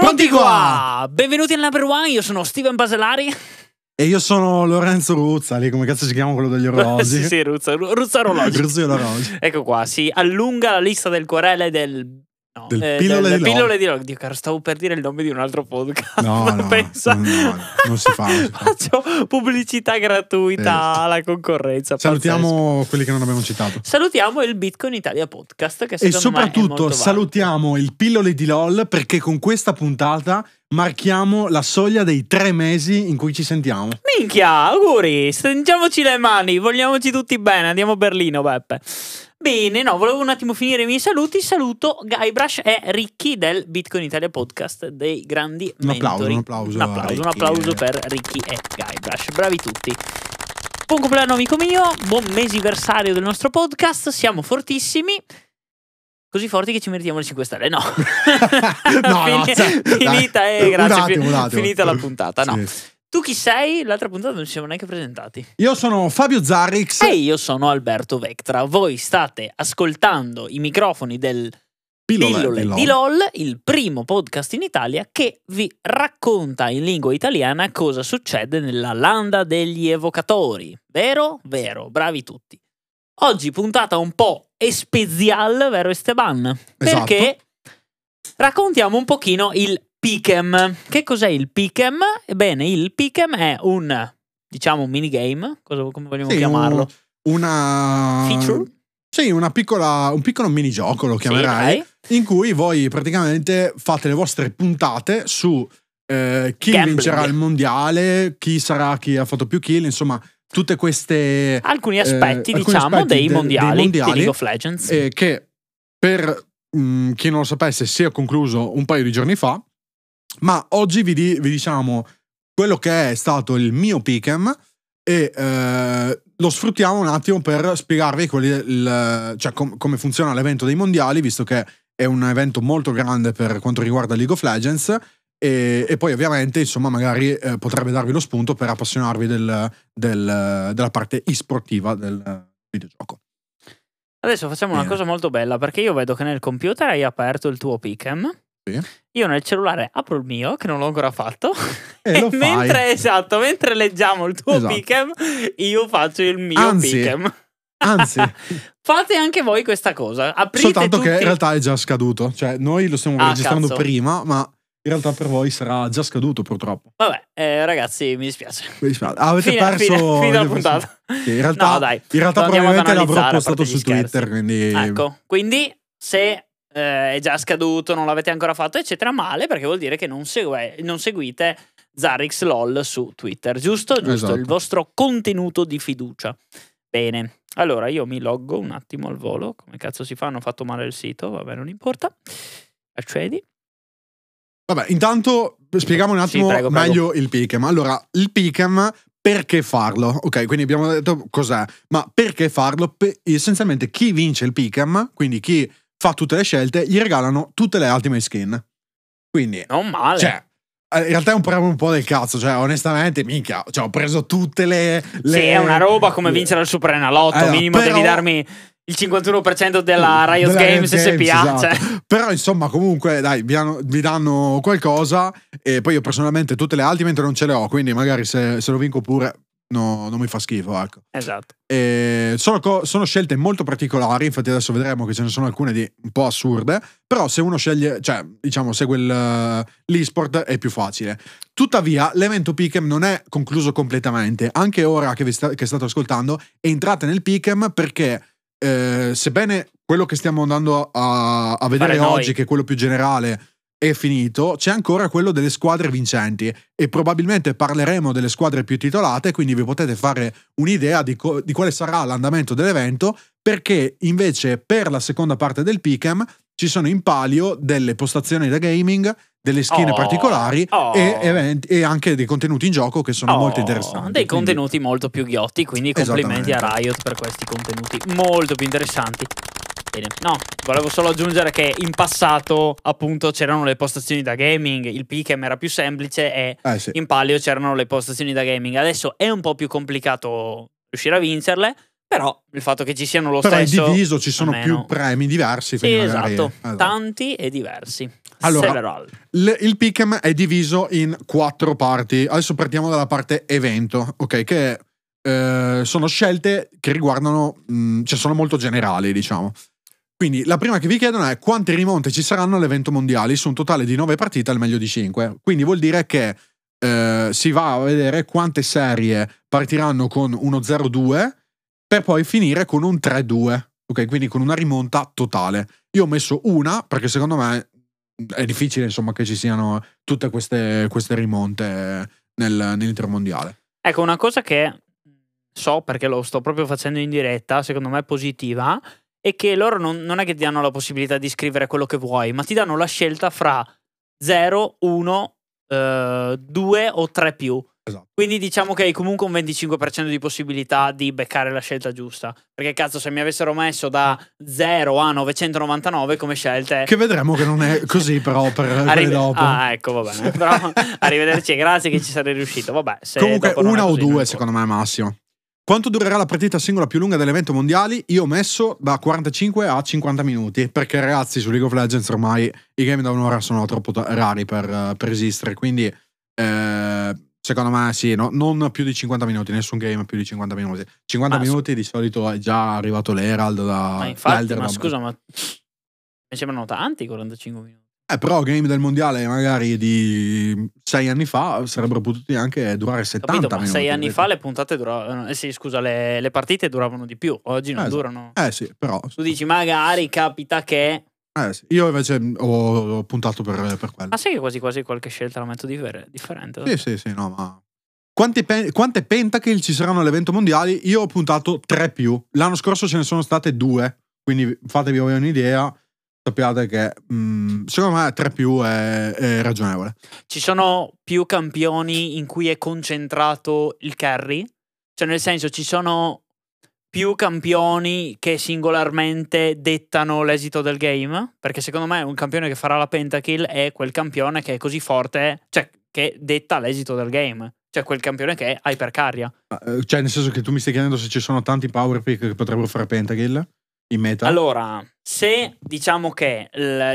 Pronti qua! Benvenuti al Number One, io sono Steven Baselari. E io sono Lorenzo Ruzza, lì come cazzo si chiama quello degli orologi? sì, Ruzza orologi. Ruzza orologi. Ecco qua, si allunga la lista del querele del Pillole di LOL. Dio caro, stavo per dire il nome di un altro podcast. No, Pensa. No, non si fa. Faccio pubblicità gratuita alla concorrenza. Salutiamo pazzesco. quelli che non abbiamo citato. Salutiamo il Bitcoin Italia Podcast, che E secondo me è soprattutto molto salutiamo il Pillole di LOL, perché con questa puntata marchiamo la soglia dei 3 mesi in cui ci sentiamo. Minchia, auguri, stringiamoci le mani, vogliamoci tutti bene, andiamo a Berlino, Beppe. Bene, no, volevo un attimo finire i miei saluti. Saluto Guybrush e Ricky del Bitcoin Italia Podcast, dei grandi mentori. Un applauso per Ricky e Guybrush, bravi tutti. Buon compleanno amico mio, buon mesiversario del nostro podcast, siamo fortissimi. Così forti che ci meritiamo le 5 stelle, no. Finita, grazie, un attimo. finita la puntata, no. Sì. Tu chi sei? L'altra puntata non ci siamo neanche presentati. Io sono Fabio Zarrix. E io sono Alberto Vectra. Voi state ascoltando i microfoni del Pillole di LOL, il primo podcast in Italia che vi racconta in lingua italiana cosa succede nella landa degli evocatori. Vero? Vero, bravi tutti. Oggi puntata un po' special, vero Esteban? Esatto. Perché raccontiamo un pochino il Pick'em. Che cos'è il Pick'em? Ebbene, il Pick'em è un minigame, come vogliamo chiamarlo? Una feature? Sì, un piccolo minigioco lo chiamerai, sì, in cui voi praticamente fate le vostre puntate su chi Gambling. vincerà il mondiale, chi sarà chi ha fatto più kill, insomma tutte queste alcuni aspetti dei mondiali di League of Legends, che per chi non lo sapesse si è concluso un paio di giorni fa. Ma oggi vi diciamo quello che è stato il mio Pick'em e lo sfruttiamo un attimo per spiegarvi come funziona l'evento dei mondiali, visto che è un evento molto grande per quanto riguarda League of Legends e poi ovviamente insomma magari potrebbe darvi lo spunto per appassionarvi della parte e-sportiva del videogioco. Adesso facciamo una cosa molto bella, perché io vedo che nel computer hai aperto il tuo Pick'em. Sì. Io nel cellulare apro il mio, che non l'ho ancora fatto, e lo mentre leggiamo il tuo Pick'em, io faccio il mio Pick'em. Anzi, fate anche voi questa cosa. Aprite soltanto tutti... che in realtà è già scaduto. Cioè, noi lo stiamo registrando prima, ma in realtà per voi sarà già scaduto, purtroppo. Vabbè, ragazzi, mi dispiace. Avete perso fine la puntata. Sì, in realtà, no, dai, in realtà probabilmente l'avrò postato su Twitter. Quindi se è già scaduto, non l'avete ancora fatto, eccetera, male, perché vuol dire che non seguite Zarrix LOL su Twitter, giusto? Esatto. Il vostro contenuto di fiducia. Bene, allora io mi loggo un attimo al volo. Come cazzo si fa? Hanno fatto male il sito, vabbè, non importa. Accedi. Vabbè, intanto spieghiamo un attimo meglio il Pick'em. Allora, il Pick'em, perché farlo? Ok, quindi abbiamo detto cos'è, ma perché farlo? Essenzialmente chi vince il Pick'em, quindi chi fa tutte le scelte, gli regalano tutte le Ultimate Skin. Quindi non male. Cioè, in realtà è un problema un po' del cazzo. Cioè, onestamente, minchia, ho preso tutte le... Sì, è una roba come vincere il Super Enalotto. Minimo devi darmi il 51% della Riot Games SPA. Esatto. Cioè. Però insomma, comunque, dai, vi danno qualcosa. E poi io personalmente tutte le Ultimate non ce le ho, quindi magari se lo vinco pure... No, non mi fa schifo, ecco. Esatto. Sono scelte molto particolari, infatti adesso vedremo che ce ne sono alcune di un po' assurde, però se uno sceglie, cioè, diciamo, segue l'esport è più facile. Tuttavia, l'evento Pick'em non è concluso completamente. Anche ora che state ascoltando, entrate nel Pick'em perché sebbene quello che stiamo andando a vedere oggi, che è quello più generale, è finito, c'è ancora quello delle squadre vincenti e probabilmente parleremo delle squadre più titolate, quindi vi potete fare un'idea di quale sarà l'andamento dell'evento, perché invece per la seconda parte del Pick'em ci sono in palio delle postazioni da gaming, delle skin particolari e anche dei contenuti in gioco che sono molto interessanti. Dei contenuti molto più ghiotti, quindi complimenti a Riot per questi contenuti molto più interessanti. Bene. No, volevo solo aggiungere che in passato appunto c'erano le postazioni da gaming, il Pick'em era più semplice e in palio c'erano le postazioni da gaming. Adesso è un po' più complicato riuscire a vincerle, però il fatto che ci siano lo stesso... Però è diviso, ci sono più premi diversi. Sì, esatto, tanti e diversi. Allora, several. Il pick'em è diviso in 4 parti. Adesso partiamo dalla parte evento, ok? Che sono scelte che riguardano, cioè sono molto generali, diciamo. Quindi la prima che vi chiedono è quante rimonte ci saranno all'evento mondiali su un totale di 9 partite al meglio di 5. Quindi vuol dire che si va a vedere quante serie partiranno con uno 0-2 per poi finire con un 3-2. Ok, quindi con una rimonta totale. Io ho messo una perché secondo me è difficile, insomma, che ci siano tutte queste rimonte nell'intermondiale. Ecco, una cosa che so, perché lo sto proprio facendo in diretta, secondo me è positiva, è che loro non è che ti danno la possibilità di scrivere quello che vuoi, ma ti danno la scelta fra 0, 1, 2 o 3 più. Esatto. Quindi diciamo che hai comunque un 25% di possibilità di beccare la scelta giusta. Perché cazzo, se mi avessero messo da 0 a 999 come scelte, che vedremo che non è così, però per quelle dopo. Ah, ecco, va bene. Però arrivederci, grazie che ci sarei riuscito. Vabbè, se comunque una o così, due secondo me è massimo. Quanto durerà la partita singola più lunga dell'evento mondiali? Io ho messo da 45 a 50 minuti, perché ragazzi su League of Legends ormai i game da un'ora sono troppo rari per esistere, quindi secondo me sì, no? Non più di 50 minuti, nessun game più di 50 minuti. 50 minuti di solito è già arrivato l'Herald ma infatti, ma scusa, ma mi sembrano tanti 45 minuti. Però game del mondiale magari di 6 anni fa sarebbero potuti anche durare 70 minuti. Ma 6 anni fa le puntate duravano, sì, scusa, le partite duravano di più. Oggi non durano. Sì, però tu dici magari capita che sì. Io invece ho puntato per quello. Ma sai che quasi quasi qualche scelta la metto differente? Sì, no, ma quante pentakill ci saranno all'evento mondiali? Io ho puntato 3 più. L'anno scorso ce ne sono state 2, quindi fatevi un'idea. Sappiate che secondo me 3 più è ragionevole. Ci sono più campioni in cui è concentrato il carry? Cioè nel senso ci sono più campioni che singolarmente dettano l'esito del game? Perché secondo me un campione che farà la pentakill è quel campione che è così forte, cioè che detta l'esito del game. Cioè quel campione che è hypercarria. Cioè nel senso che tu mi stai chiedendo se ci sono tanti power pick che potrebbero fare pentakill in meta? Allora, se diciamo che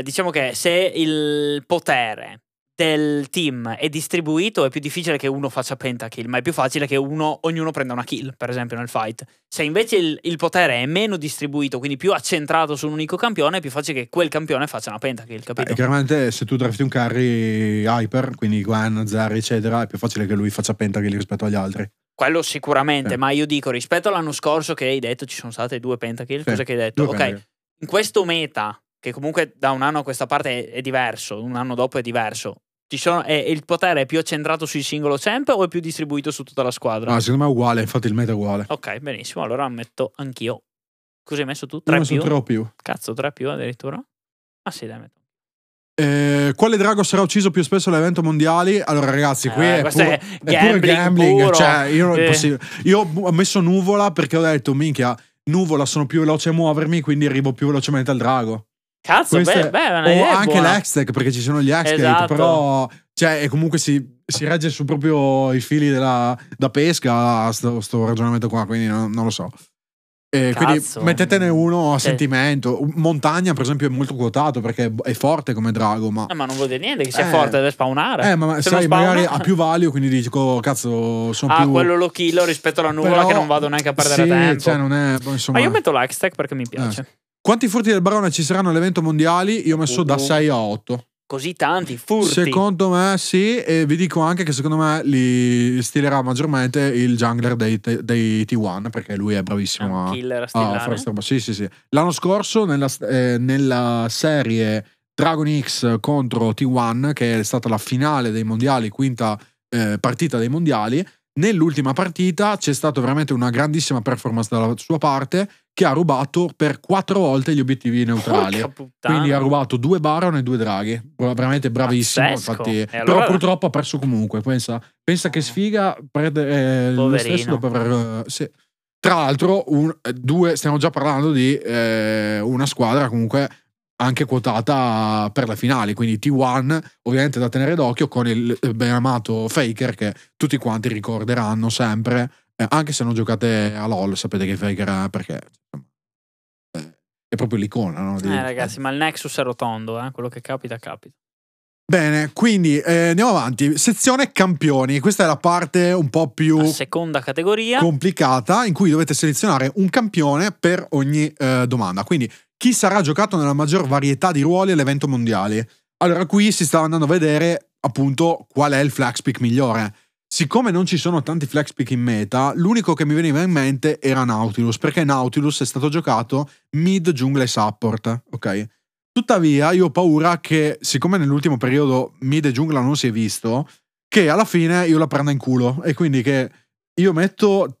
se il potere del team è distribuito, è più difficile che uno faccia pentakill, ma è più facile che ognuno prenda una kill, per esempio nel fight. Se invece il potere è meno distribuito, quindi più accentrato su un unico campione, è più facile che quel campione faccia una pentakill, capito? Chiaramente se tu drafti un carry hyper, quindi Gwen, Zeri eccetera, è più facile che lui faccia pentakill rispetto agli altri. Quello sicuramente, ma io dico rispetto all'anno scorso che hai detto ci sono state 2 pentakill, cosa che hai detto? Ok, in questo meta, che comunque da un anno a questa parte è diverso, un anno dopo è diverso, il potere è più accentrato sul singolo champ o è più distribuito su tutta la squadra? No, secondo me è uguale, infatti il meta è uguale. Ok, benissimo, allora metto anch'io. Cosa hai messo tu? 3 più? 3 più. Cazzo, 3 più addirittura? Ah sì, dai, metto. Quale drago sarà ucciso più spesso all'evento mondiali? Allora ragazzi, qui è pure gambling puro. Cioè, io ho messo Nuvola perché ho detto minchia, Nuvola sono più veloce a muovermi, quindi arrivo più velocemente al drago. Cazzo, o anche l'Hextech, perché ci sono gli Hexgate, esatto. Però cioè, comunque si regge su proprio i fili da pesca sto ragionamento qua, quindi non lo so. Quindi mettetene uno a sentimento. Montagna, per esempio, è molto quotato perché è forte come drago. Ma non vuol dire niente che sia forte, deve spawnare. Ma sai, magari ha più value, quindi dico, cazzo, sono più. Quello lo killo rispetto alla nuvola, però, che non vado neanche a perdere tempo. Cioè, non è, insomma. Ma io metto l'Hextech perché mi piace. Quanti furti del barone ci saranno all'evento mondiali? Io ho messo da 6 a 8. Così tanti furti? Secondo me sì, e vi dico anche che secondo me li stilerà maggiormente il jungler dei T1, perché lui è bravissimo a fare sì. L'anno scorso nella serie Dragon X contro T1, che è stata la finale dei mondiali, quinta partita dei mondiali, nell'ultima partita c'è stata veramente una grandissima performance dalla sua parte, che ha rubato per 4 volte gli obiettivi neutrali. Quindi ha rubato 2 Baron e 2 draghi. Veramente bravissimo. Infatti, però purtroppo ha perso comunque. Pensa che sfiga perdere lo stesso dopo aver. Sì. Tra l'altro, stiamo già parlando di una squadra comunque anche quotata per le finali, quindi T1 ovviamente da tenere d'occhio, con il ben amato Faker, che tutti quanti ricorderanno sempre, anche se non giocate a LoL sapete che Faker è, perché è proprio l'icona, no? Ragazzi, ma il Nexus è rotondo, quello che capita. Bene, quindi andiamo avanti. Sezione campioni. Questa è la parte un po' più la seconda categoria complicata, in cui dovete selezionare un campione per ogni domanda. Quindi chi sarà giocato nella maggior varietà di ruoli all'evento mondiale. Allora qui si sta andando a vedere appunto qual è il flex pick migliore. Siccome non ci sono tanti flex pick in meta, l'unico che mi veniva in mente era Nautilus, perché Nautilus è stato giocato mid, giungla e support, ok? Tuttavia io ho paura che, siccome nell'ultimo periodo mid e giungla non si è visto, che alla fine io la prenda in culo, e quindi che io metto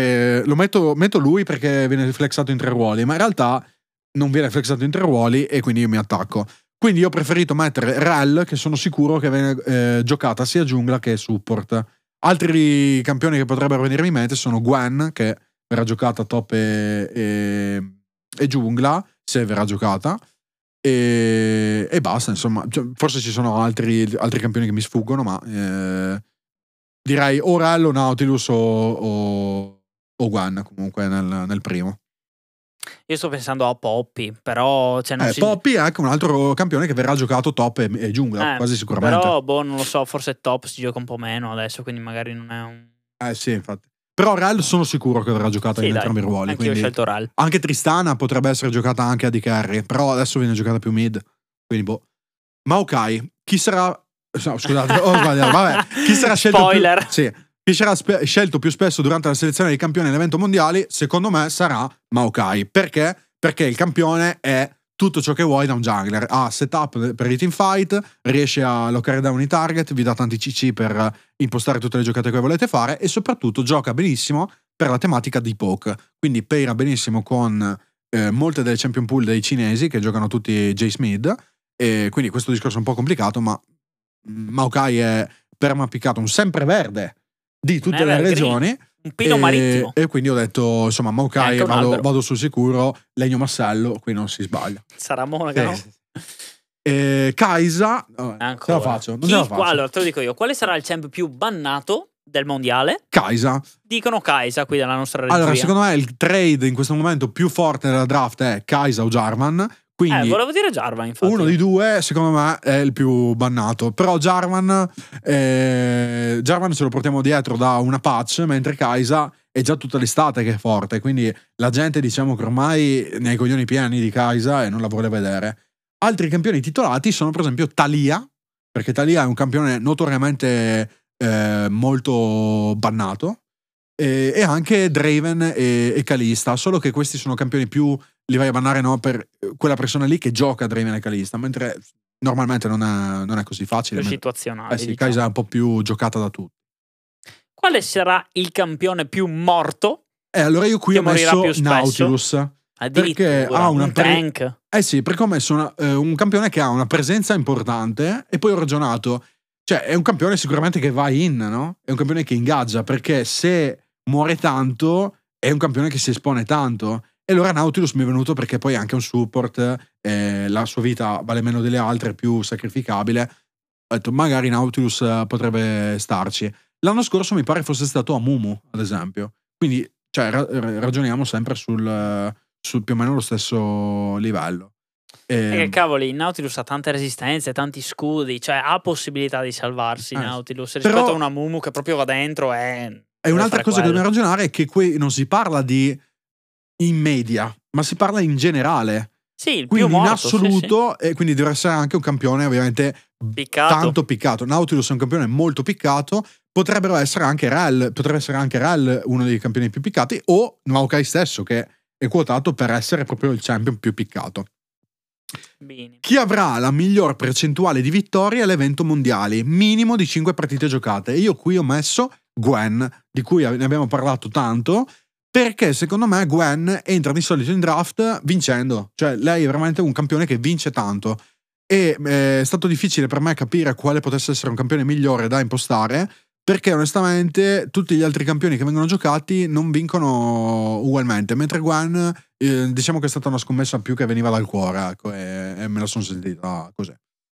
lui perché viene flexato in 3 ruoli, ma in realtà non viene flexato in 3 ruoli e quindi io mi attacco. Quindi io ho preferito mettere Rell, che sono sicuro che viene giocata sia giungla che support. Altri campioni che potrebbero venirmi in mente sono Gwen, che verrà giocata top e giungla, se verrà giocata, e basta, insomma. Cioè, forse ci sono altri campioni che mi sfuggono, ma direi o Rell o Nautilus o Gwen comunque nel primo. Io sto pensando a Poppy, però Poppy è anche un altro campione che verrà giocato top e giungla, quasi sicuramente. Però non lo so, forse top si gioca un po' meno adesso, quindi magari non è un... Sì, infatti. Però Rell sono sicuro che verrà giocata in entrambi i ruoli. Anche io ho scelto Rell. Anche Tristana potrebbe essere giocata anche a D-Carry, però adesso viene giocata più mid, quindi boh. Maokai, chi sarà... No, scusate, vabbè. Chi sarà scelto Spoiler! Chi sarà scelto più spesso durante la selezione dei campioni all'evento mondiali, secondo me sarà Maokai. Perché? Perché il campione è tutto ciò che vuoi da un jungler. Ha setup per i teamfight, riesce a lockare down i target, vi dà tanti CC per impostare tutte le giocate che volete fare, e soprattutto gioca benissimo per la tematica di poke. Quindi paira benissimo con molte delle champion pool dei cinesi, che giocano tutti Jace mid, e quindi questo discorso è un po' complicato, ma Maokai è permapiccato, un sempreverde di tutte le regioni, un pino marittimo, e quindi ho detto insomma Maokai vado sul sicuro, legno massello, qui non si sbaglia. Sarà monaca, no? Kaisa, ce la faccio, allora te lo dico io, quale sarà il champ più bannato del mondiale? Kaisa. Dicono Kaisa qui dalla nostra regione. Allora secondo me il trade in questo momento più forte della draft è Kaisa o Jarvan. Quindi volevo dire Jarvan, infatti. Uno di due, secondo me, è il più bannato. Però Jarvan ce lo portiamo dietro da una patch, mentre Kaisa è già tutta l'estate che è forte. Quindi la gente, diciamo che ormai ne ha i coglioni pieni di Kaisa e non la vuole vedere. Altri campioni titolati sono, per esempio, Taliyah, perché Taliyah è un campione notoriamente molto bannato. E anche Draven e Kalista, solo che questi sono campioni più li vai a bannare, no, per quella persona lì che gioca Draven e Kalista, mentre normalmente non è così facile. Più situazionale. Sì, diciamo. Kaisa è un po' più giocata da tutti. Quale sarà il campione più morto? Allora io qui ho messo Nautilus, perché ha un tank. Sì, perché ho messo un campione che ha una presenza importante, e poi ho ragionato, cioè è un campione sicuramente che va in, no? È un campione che ingaggia, perché se muore tanto è un campione che si espone tanto, e allora Nautilus mi è venuto perché poi è anche un support, la sua vita vale meno delle altre, è più sacrificabile. Ho detto magari Nautilus potrebbe starci. L'anno scorso mi pare fosse stato Amumu, ad esempio, quindi cioè, ragioniamo sempre sul più o meno lo stesso livello. Cavoli, Nautilus ha tante resistenze, tanti scudi, cioè ha possibilità di salvarsi Nautilus rispetto a una Mumu che proprio va dentro e un'altra cosa che dobbiamo ragionare è che qui non si parla di in media, ma si parla in generale. Sì, il quindi più morto, in assoluto, sì. E quindi deve essere anche un campione ovviamente tanto piccato. Nautilus è un campione molto piccato, potrebbe essere anche Rell uno dei campioni più piccati, o Maokai stesso, che è quotato per essere proprio il champion più piccato. Bene. Chi avrà la miglior percentuale di vittorie all'evento mondiali, minimo di 5 partite giocate? Io qui ho messo Gwen, di cui ne abbiamo parlato tanto, perché secondo me Gwen entra di solito in draft vincendo, cioè lei è veramente un campione che vince tanto, e è stato difficile per me capire quale potesse essere un campione migliore da impostare, perché onestamente tutti gli altri campioni che vengono giocati non vincono ugualmente, mentre Gwen diciamo che è stata una scommessa più che veniva dal cuore, ecco, e me la sono sentita così.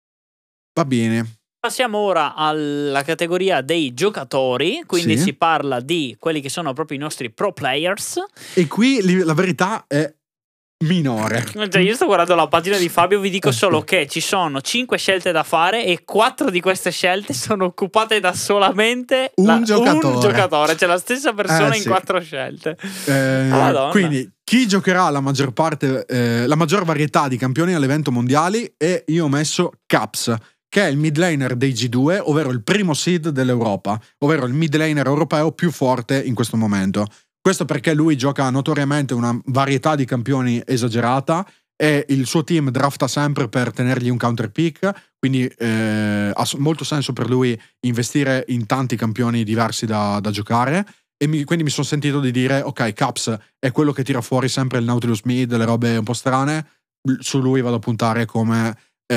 Va bene. Passiamo ora alla categoria dei giocatori, quindi si parla di quelli che sono proprio i nostri pro players. E qui la verità è minore. Cioè, io sto guardando la pagina di Fabio, vi dico solo che ci sono 5 scelte da fare e 4 di queste scelte sono occupate da solamente un giocatore. C'è la stessa persona in 4 scelte. Quindi chi giocherà la maggior varietà di campioni all'evento mondiali, e io ho messo Caps, che è il mid laner dei G2, ovvero il primo seed dell'Europa, ovvero il mid laner europeo più forte in questo momento. Questo perché lui gioca notoriamente una varietà di campioni esagerata e il suo team drafta sempre per tenergli un counter pick, quindi ha molto senso per lui investire in tanti campioni diversi da giocare, e quindi mi sono sentito di dire ok, Caps è quello che tira fuori sempre il Nautilus mid, le robe un po' strane, su lui vado a puntare come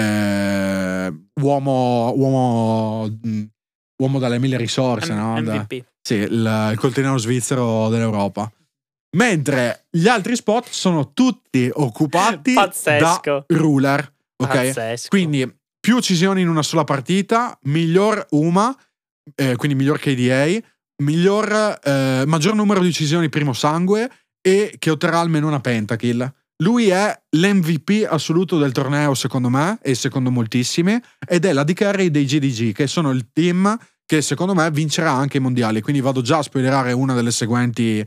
uomo dalle 1000 risorse, no? MVP. Sì, il coltellino svizzero dell'Europa. Mentre gli altri spot sono tutti occupati da ruler. Ok? Pazzesco. Quindi più uccisioni in una sola partita, miglior UMA, quindi miglior KDA, maggior numero di uccisioni primo sangue, e che otterrà almeno una pentakill. Lui è l'MVP assoluto del torneo, secondo me, e secondo moltissimi, ed è la AD Carry dei GDG, che sono il team che secondo me vincerà anche i mondiali. Quindi vado già a spoilerare una delle seguenti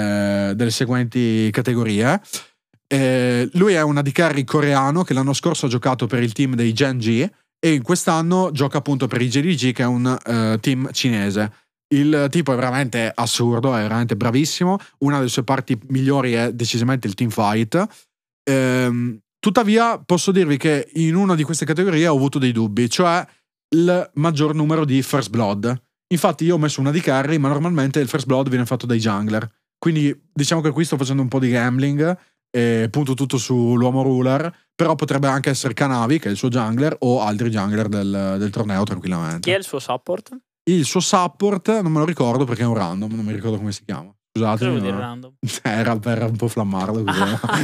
categorie. Lui è un AD Carry coreano che l'anno scorso ha giocato per il team dei Gen G, e in quest'anno gioca appunto per i GDG, che è un team cinese. Il tipo è veramente assurdo, è veramente bravissimo. Una delle sue parti migliori è decisamente il teamfight. Tuttavia posso dirvi che in una di queste categorie ho avuto dei dubbi, cioè il maggior numero di first blood. Infatti io ho messo una di carry, ma normalmente il first blood viene fatto dai jungler, quindi diciamo che qui sto facendo un po' di gambling e punto tutto sull'uomo ruler, però potrebbe anche essere Kanavi, che è il suo jungler, o altri jungler del torneo tranquillamente. Chi è il suo support? Il suo support non me lo ricordo perché è un random, non mi ricordo come si chiama. Scusate, random. Era per un po' flammarlo così.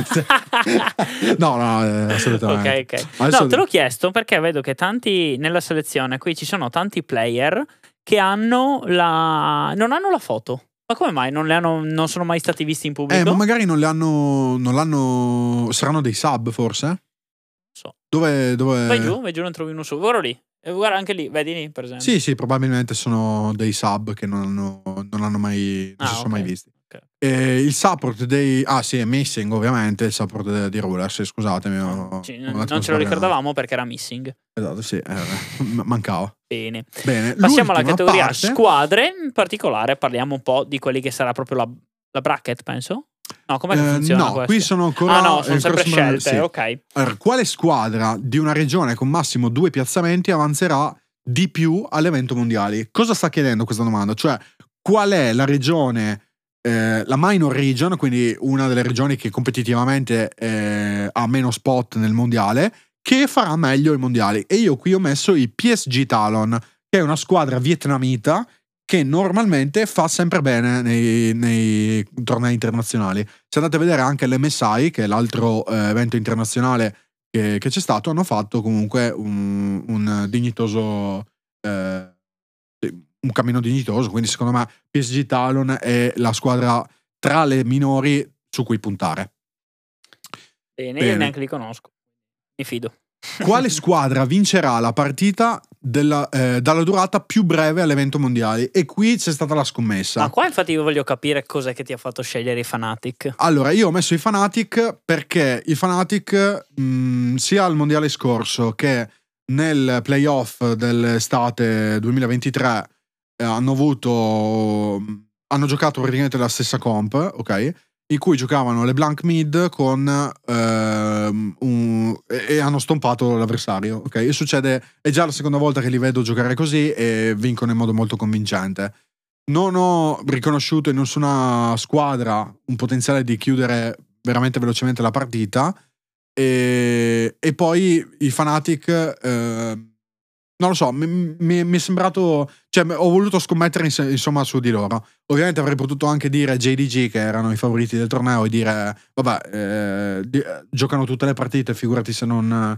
No, assolutamente. Ok. No, te l'ho chiesto perché vedo che nella selezione qui ci sono tanti player che non hanno la foto. Ma come mai non sono mai stati visti in pubblico? Ma magari non l'hanno. Saranno dei sub, forse? So. Dove? Vai giù, non trovi uno su. Guarda lì. Guarda anche lì, vedi lì, per esempio. Sì, probabilmente sono dei sub che non hanno mai. Non si sono mai visti. Okay. Il support dei. Sì, è missing, ovviamente. Il support di Rulers, scusatemi. Non ce lo ricordavamo perché era missing. Esatto, sì, mancava. Bene. L'ultima Passiamo alla categoria parte. Squadre. In particolare parliamo un po' di quelli che sarà proprio la bracket, penso. No, come funziona questo? Qui sono ancora. Sono sempre scelte, sì. ok. Allora, quale squadra di una regione con massimo 2 piazzamenti avanzerà di più all'evento mondiali? Cosa sta chiedendo questa domanda? Cioè, qual è la regione, la minor region, quindi una delle regioni che competitivamente ha meno spot nel mondiale, che farà meglio i mondiali? E io qui ho messo i PSG Talon, che è una squadra vietnamita che normalmente fa sempre bene nei tornei internazionali. Se andate a vedere anche l'MSI, che è l'altro evento internazionale che c'è stato, hanno fatto comunque un dignitoso un cammino dignitoso, quindi secondo me PSG Talon è la squadra tra le minori su cui puntare. Bene. Io neanche li conosco, mi fido. Quale squadra vincerà la partita dalla durata più breve all'evento mondiali? E qui c'è stata la scommessa. Ma qua infatti io voglio capire cos'è che ti ha fatto scegliere i Fnatic. Allora, io ho messo i Fnatic perché i Fnatic sia al mondiale scorso che nel playoff dell'estate 2023 hanno giocato praticamente la stessa comp, ok? In cui giocavano le blank mid e hanno stompato l'avversario, ok? E succede, è già la seconda volta che li vedo giocare così e vincono in modo molto convincente. Non ho riconosciuto in nessuna squadra un potenziale di chiudere veramente velocemente la partita, e poi i Fnatic non lo so, mi è sembrato, cioè ho voluto scommettere insomma su di loro. Ovviamente avrei potuto anche dire JDG, che erano i favoriti del torneo, e dire vabbè, giocano tutte le partite, figurati se non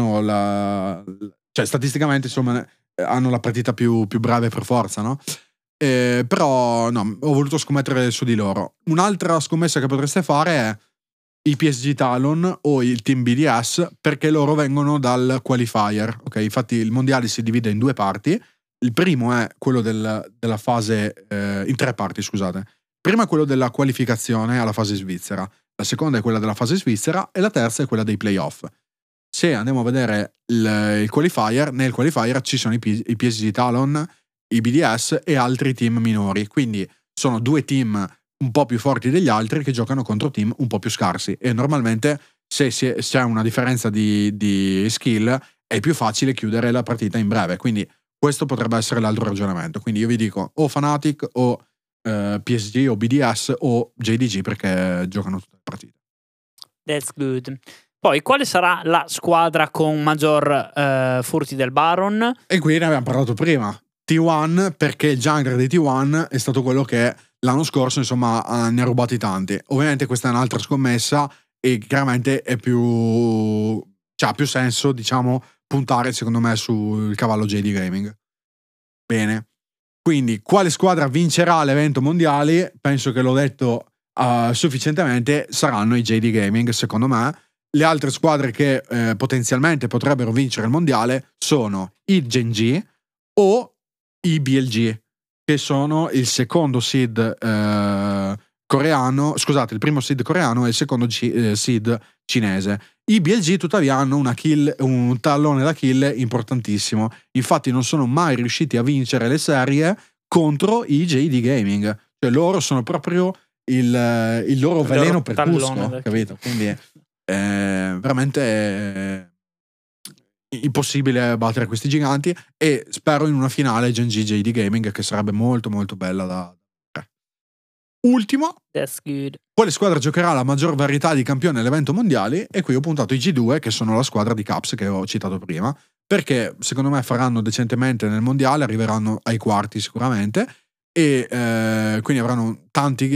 fanno cioè statisticamente insomma hanno la partita più breve per forza, no? Però no, ho voluto scommettere su di loro. Un'altra scommessa che potreste fare è i PSG Talon o il Team BDS, perché loro vengono dal qualifier, ok? Infatti il mondiale si divide in 2 parti. Il primo è quello della fase in 3 parti, scusate. Prima è quello della qualificazione alla fase svizzera, la seconda è quella della fase svizzera e la terza è quella dei playoff. Se andiamo a vedere il qualifier, nel qualifier ci sono i PSG Talon, i BDS e altri team minori, quindi sono 2 team un po' più forti degli altri che giocano contro team un po' più scarsi, e normalmente se c'è una differenza di skill è più facile chiudere la partita in breve, quindi questo potrebbe essere l'altro ragionamento. Quindi io vi dico o Fnatic o PSG o BDS o JDG, perché giocano tutte le partite. That's good. Poi, quale sarà la squadra con maggior furti del Baron? E qui ne abbiamo parlato prima. T1, perché il jungler di T1 è stato quello che l'anno scorso, insomma, ne ha rubati tanti. Ovviamente questa è un'altra scommessa e chiaramente è più... ha più senso, diciamo, puntare, secondo me, sul cavallo JD Gaming. Bene. Quindi, quale squadra vincerà l'evento mondiale? Penso che l'ho detto sufficientemente, saranno i JD Gaming, secondo me. Le altre squadre che potenzialmente potrebbero vincere il mondiale sono i Gen G o i BLG, che sono il secondo seed coreano, scusate, il primo seed coreano e il secondo seed cinese. I BLG tuttavia hanno un tallone da kill importantissimo, infatti non sono mai riusciti a vincere le serie contro i JD Gaming, cioè loro sono proprio il loro veleno per Cusco, capito? Quindi veramente impossibile battere questi giganti, e spero in una finale Gen G JD Gaming, che sarebbe molto molto bella da ultimo. That's good. Quale squadra giocherà la maggior varietà di campioni all'evento mondiale? E qui ho puntato i G2, che sono la squadra di Caps che ho citato prima, perché secondo me faranno decentemente nel mondiale, arriveranno ai quarti sicuramente, e quindi avranno tanti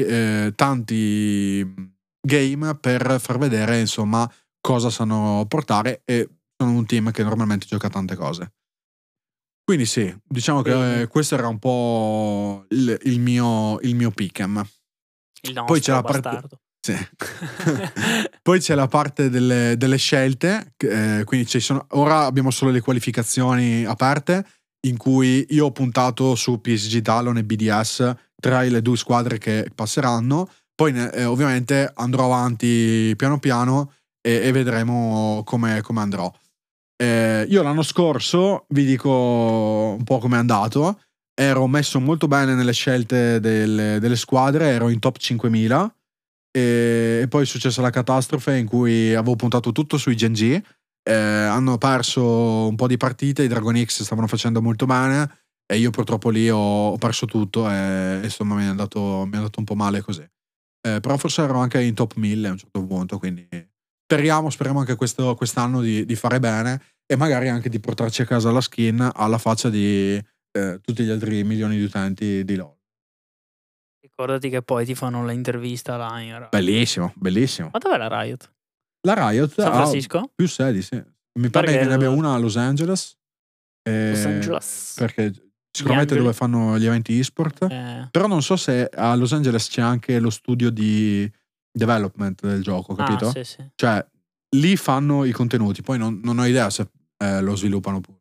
game per far vedere, insomma, cosa sanno portare, e sono un team che normalmente gioca tante cose. Quindi sì, diciamo che questo era un po' il mio pick'em. Poi c'è la parte, sì. Poi c'è la parte delle scelte, quindi ora abbiamo solo le qualificazioni aperte, in cui io ho puntato su PSG Talon e BDS tra le 2 squadre che passeranno. Poi ovviamente andrò avanti piano piano e vedremo come andrò. Io l'anno scorso, vi dico un po' come è andato, ero messo molto bene nelle scelte delle squadre, ero in top 5000, e poi è successa la catastrofe in cui avevo puntato tutto sui Gen G, hanno perso un po' di partite, i Dragon X stavano facendo molto bene e io purtroppo lì ho perso tutto, e insomma mi è andato un po' male così, però forse ero anche in top 1000 a un certo punto, quindi speriamo anche quest'anno di fare bene e magari anche di portarci a casa la skin alla faccia di tutti gli altri milioni di utenti di LoL. Ricordati che poi ti fanno l'intervista là in Riot. Bellissimo. Ma dov'è la Riot? La Riot San Francisco? Più sedi, sì. Mi pare che ne abbia una a Los Angeles. Los Angeles. Perché sicuramente dove fanno gli eventi esport. Però non so se a Los Angeles c'è anche lo studio di development del gioco, capito? Sì. Cioè, lì fanno i contenuti, poi non ho idea se lo sviluppano pure.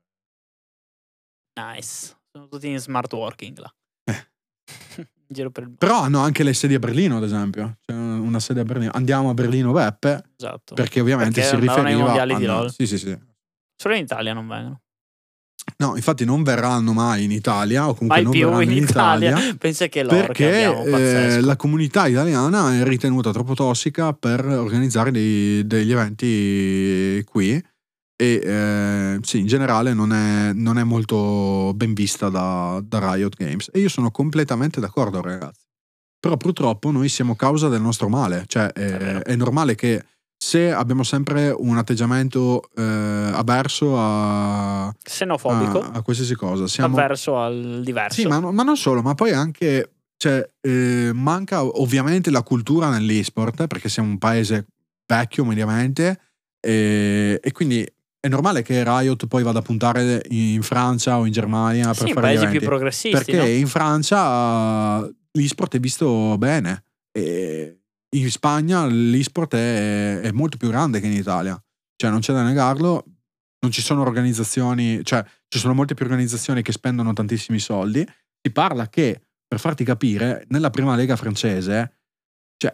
Nice. Sono tutti in smart working là. Giro per il... Però hanno anche le sedi a Berlino, ad esempio. C'è una sede a Berlino. Andiamo a Berlino Beppe. Esatto. Perché ovviamente si riferiva ai mondiali di LoL. Sì. Solo in Italia non vengono. No, infatti non verranno mai in Italia, o comunque mai non più verranno in Italia. Pensa che loro perché la comunità italiana è ritenuta troppo tossica per organizzare degli eventi qui, e sì, in generale non è molto ben vista da Riot Games, e io sono completamente d'accordo, ragazzi. Però purtroppo noi siamo causa del nostro male, cioè è normale che se abbiamo sempre un atteggiamento avverso a xenofobico, a qualsiasi cosa, siamo avverso al diverso. Sì, ma non solo, ma poi anche, cioè, manca ovviamente la cultura nell'esport, perché siamo un paese vecchio mediamente, e quindi è normale che Riot poi vada a puntare in Francia o in Germania per fare paesi eventi, più progressisti, perché no? in Francia l'esport è visto bene e in Spagna l'esport è molto più grande che in Italia, cioè non c'è da negarlo, non ci sono organizzazioni, cioè ci sono molte più organizzazioni che spendono tantissimi soldi. Si parla che, per farti capire, nella prima lega francese, cioè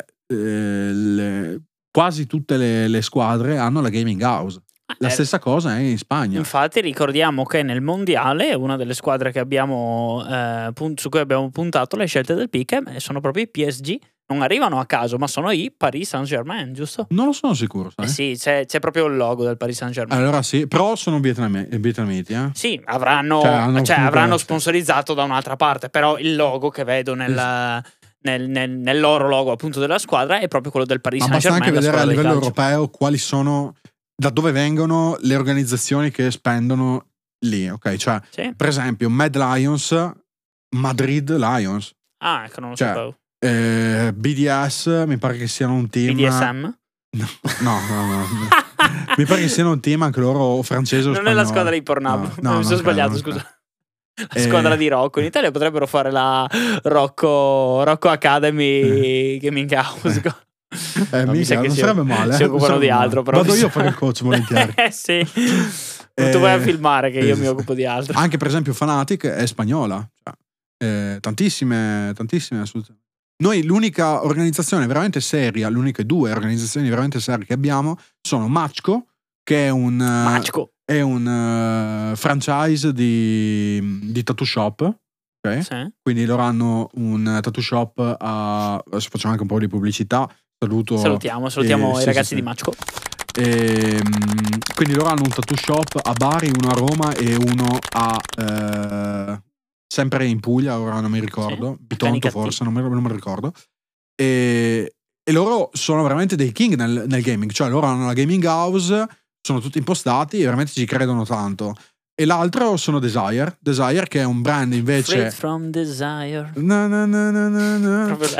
quasi tutte le squadre hanno la gaming house. La stessa cosa è in Spagna. Infatti ricordiamo che nel mondiale una delle squadre che abbiamo su cui abbiamo puntato le scelte del Pick'em sono proprio i PSG. Non arrivano a caso, ma sono i Paris Saint-Germain, giusto? Non lo sono sicuro, sai? Sì, c'è proprio il logo del Paris Saint-Germain. Allora sì, però sono vietnamiti, eh? Sì, avranno sponsorizzato da un'altra parte, però il logo che vedo nel loro logo appunto della squadra è proprio quello del Paris Saint-Germain. Ma basta anche vedere a livello europeo quali sono, da dove vengono le organizzazioni che spendono lì, ok? Cioè, per esempio, Mad Lions, Madrid Lions. Ah, ecco, non lo sapevo. BDS, mi pare che siano un team. BDSM? No. Mi pare che siano un team anche loro francese o non spagnolo. è la squadra di Pornhub. No, mi sono sbagliato, scusa. La squadra di Rocco. In Italia potrebbero fare la Rocco Academy Gaming House. Mi sa che non sarebbe male. Si occupano di altro. Però vado io a fare il coach volentieri. Sì. Tu vai a filmare che io mi occupo di altro. Anche per esempio Fnatic è spagnola. Tantissime assolutamente. Noi l'unica organizzazione veramente seria, le uniche due organizzazioni veramente serie che abbiamo sono Matchco, che è un franchise di tattoo shop, okay? Sì. Quindi loro hanno un tattoo shop adesso facciamo anche un po' di pubblicità. Salutiamo i ragazzi di Matchco. Quindi loro hanno un tattoo shop a Bari, uno a Roma e uno a sempre in Puglia, ora non mi ricordo, Bitonto forse, non me ricordo. E loro sono veramente dei king nel gaming, cioè loro hanno la gaming house, sono tutti impostati e veramente ci credono tanto. E l'altro sono Desire che è un brand invece Freed from Desire. No. Proprio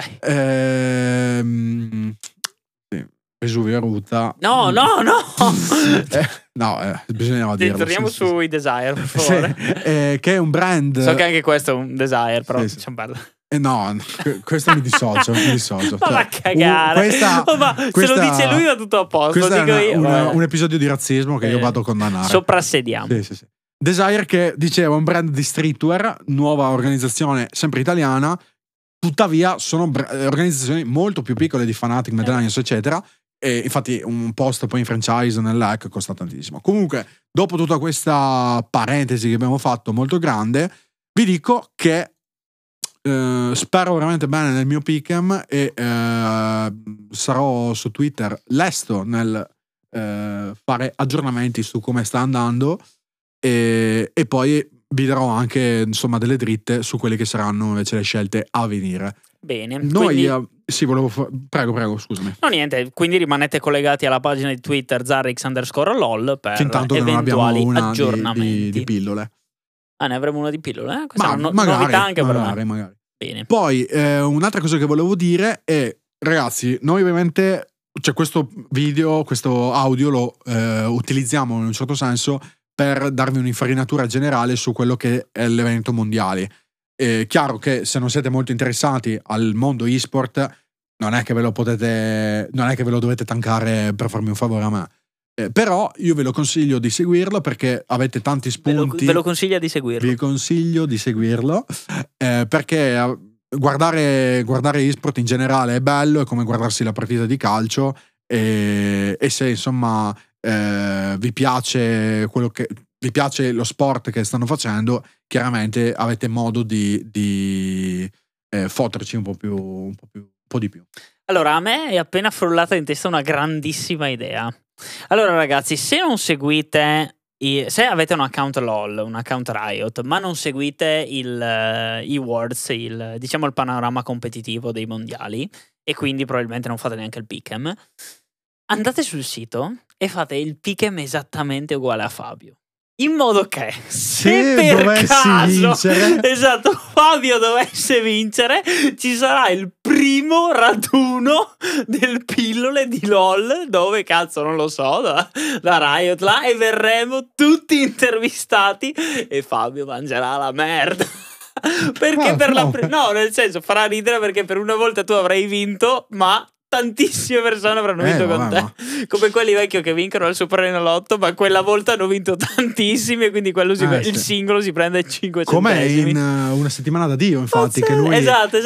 lei. Vesuvio Ruta. No. Bisognava dirlo. Torniamo sui Desire, per favore. Che è un brand. So che anche questo è un Desire, però sì. No, questo mi dissocio. Ma va a cagare. Se lo dice lui va tutto a posto. Questo dico è io. un episodio di razzismo che io vado a condannare. Soprassediamo. Sì. Desire, che diceva un brand di streetwear, nuova organizzazione sempre italiana, tuttavia sono organizzazioni molto più piccole di Fnatic, Mad Lions eccetera. E infatti un post poi in franchise nell'hack costa tantissimo. Comunque, dopo tutta questa parentesi che abbiamo fatto molto grande, vi dico che spero veramente bene nel mio Pick'em e sarò su Twitter lesto nel fare aggiornamenti su come sta andando e poi vi darò anche insomma delle dritte su quelle che saranno invece le scelte a venire. Bene. Noi sì, volevo prego, scusami. No, niente, quindi rimanete collegati alla pagina di Twitter Zarix_LOL per eventuali aggiornamenti. Di pillole. Ne avremo una di pillole? Questa Ma è una novità anche per me. Magari. Bene. Poi un'altra cosa che volevo dire è, ragazzi, noi ovviamente, cioè questo video, questo audio lo utilizziamo in un certo senso per darvi un'infarinatura generale su quello che è l'evento mondiale. È chiaro che se non siete molto interessati al mondo e-sport non è che ve lo dovete tankare per farmi un favore a me, però io ve lo consiglio di seguirlo perché avete tanti spunti. Ve lo consiglia di seguirlo. Vi consiglio di seguirlo perché guardare e-sport in generale è bello, è come guardarsi la partita di calcio e se insomma vi piace lo sport che stanno facendo, chiaramente avete modo di fotterci un po' di più. Allora, a me è appena frullata in testa una grandissima idea. Allora ragazzi, se non seguite se avete un account LOL, un account Riot, ma non seguite i Worlds, diciamo il panorama competitivo dei mondiali, e quindi probabilmente non fate neanche il Pick'em, andate sul sito e fate il Pick'em esattamente uguale a Fabio. in modo che se per caso vincere, esatto, Fabio dovesse vincere, ci sarà il primo raduno del pillole di LOL, dove cazzo non lo so, da Riot là, e verremo tutti intervistati e Fabio mangerà la merda. Perché no, nel senso, farà ridere perché per una volta tu avrai vinto, ma tantissime persone avranno vinto con te, come quelli vecchi che vincono al Superenalotto, ma quella volta hanno vinto tantissimi e quindi quello il singolo si prende 500 come in Una settimana da Dio, infatti, che lui esatto,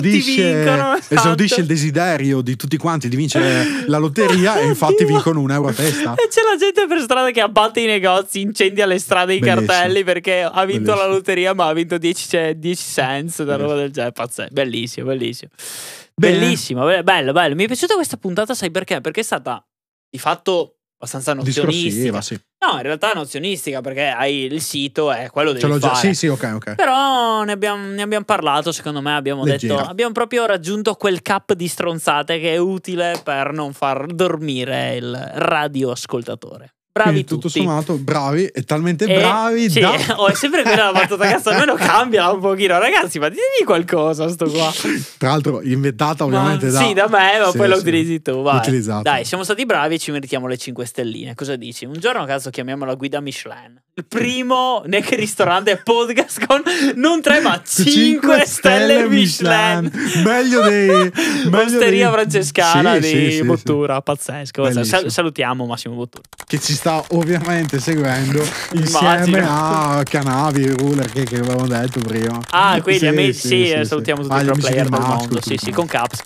esaudisce il desiderio di tutti quanti di vincere la lotteria e infatti vincono €1 a testa. E c'è la gente per strada che abbatte i negozi, incendia le strade, i cartelli perché ha vinto la lotteria, ma ha vinto 10 cents, da roba del genere. Pazzesco, bellissimo. Bellissimo, bello. Mi è piaciuta questa puntata, sai perché? Perché è stata di fatto abbastanza nozionistica. Sì. No, in realtà nozionistica perché hai il sito e quello devi fare. Sì, ok. Però ne abbiamo parlato, secondo me abbiamo detto, abbiamo proprio raggiunto quel cap di stronzate che è utile per non far dormire il radioascoltatore. Bravi tutto tutti. sommato bravi e talmente bravi sì, è sempre quella la battuta, cazzo, almeno cambia un pochino, ragazzi, ma ditemi qualcosa sto qua. Tra l'altro inventata ovviamente da me, ma poi lo utilizzi tu, vai. Utilizzato. Dai, siamo stati bravi e ci meritiamo le 5 stelline. Cosa dici? Un giorno, cazzo, chiamiamo la guida Michelin, il primo neanche ristorante podcast con non 3 ma 5 stelle Michelin. Meglio dei Osteria francescana di Bottura, pazzesco. Salutiamo Massimo Bottura, che ci sta ovviamente seguendo insieme a Canavi, Ruler che avevamo detto prima. Quindi amici, salutiamo tutti i pro player del mondo. Sì, con Caps.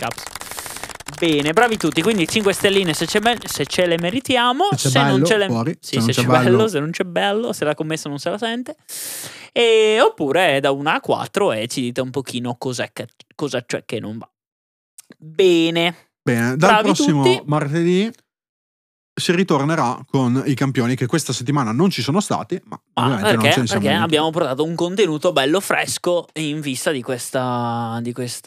Bene, bravi tutti. Quindi 5 stelline se ce le meritiamo. Se non c'è bello, se non c'è bello, se la commessa non se la sente. Oppure da 1 a 4 e ci dite un pochino cosa c'è che non va. Bene. Dal bravi prossimo tutti. martedì si ritornerà con i campioni che questa settimana non ci sono stati, ma ovviamente perché abbiamo portato un contenuto bello fresco in vista di questa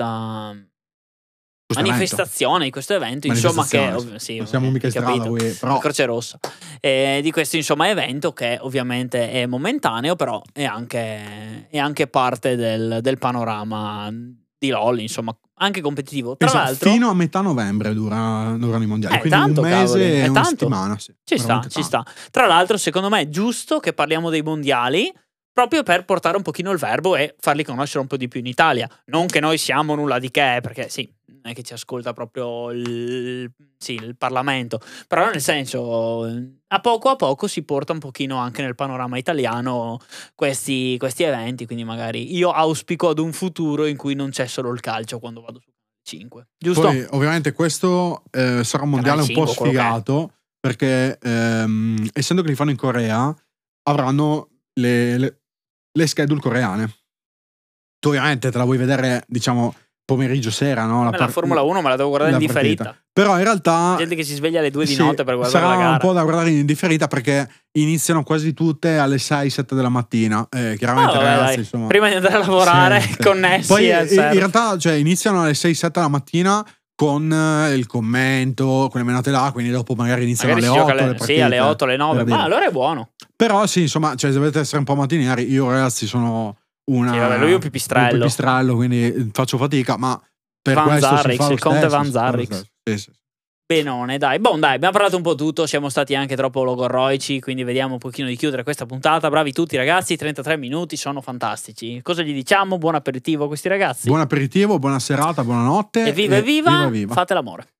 manifestazione, di questo evento, insomma, che non siamo mica in strada, però Croce Rossa, di questo insomma evento che ovviamente è momentaneo, però è anche parte del panorama di LOL, insomma, anche competitivo. Tra l'altro, fino a metà novembre durano i mondiali, quindi tanto, un mese e una tanto. settimana. Sì, ci sta. Tra l'altro, secondo me è giusto che parliamo dei mondiali proprio per portare un pochino il verbo e farli conoscere un po' di più in Italia. Non che noi siamo nulla di che, perché sì, non è che ci ascolta proprio il Parlamento, però nel senso, a poco si porta un pochino anche nel panorama italiano questi eventi, quindi magari io auspico ad un futuro in cui non c'è solo il calcio quando vado su 5, giusto? Poi ovviamente questo sarà un mondiale un po' sfigato, perché essendo che li fanno in Corea avranno le schedule coreane. Tu ovviamente te la vuoi vedere, diciamo, pomeriggio sera, no? La Formula 1 me la devo guardare in differita. Però in realtà gente che si sveglia alle 2 di notte per guardare la gara. Sarà un po' da guardare in differita perché iniziano quasi tutte alle 6-7 della mattina. Chiaramente ragazzi, insomma, prima di andare a lavorare connessi. Poi in realtà iniziano alle 6-7 della mattina con il commento, con le menate là, quindi dopo magari iniziano alle 8. Sì, alle 8, alle 9, ma allora è buono. Però sì, insomma, se dovete essere un po' mattinieri, io ragazzi sono lui è un pipistrello, quindi faccio fatica, ma per Van questo Zarrix, il conte Van Zarrix. Sì. Benone, dai, abbiamo parlato un po' tutto, siamo stati anche troppo logorroici, quindi vediamo un pochino di chiudere questa puntata. Bravi tutti ragazzi, 33 minuti sono fantastici. Cosa gli diciamo? Buon aperitivo a questi ragazzi. Buon aperitivo, buona serata, buonanotte. E viva, fate l'amore.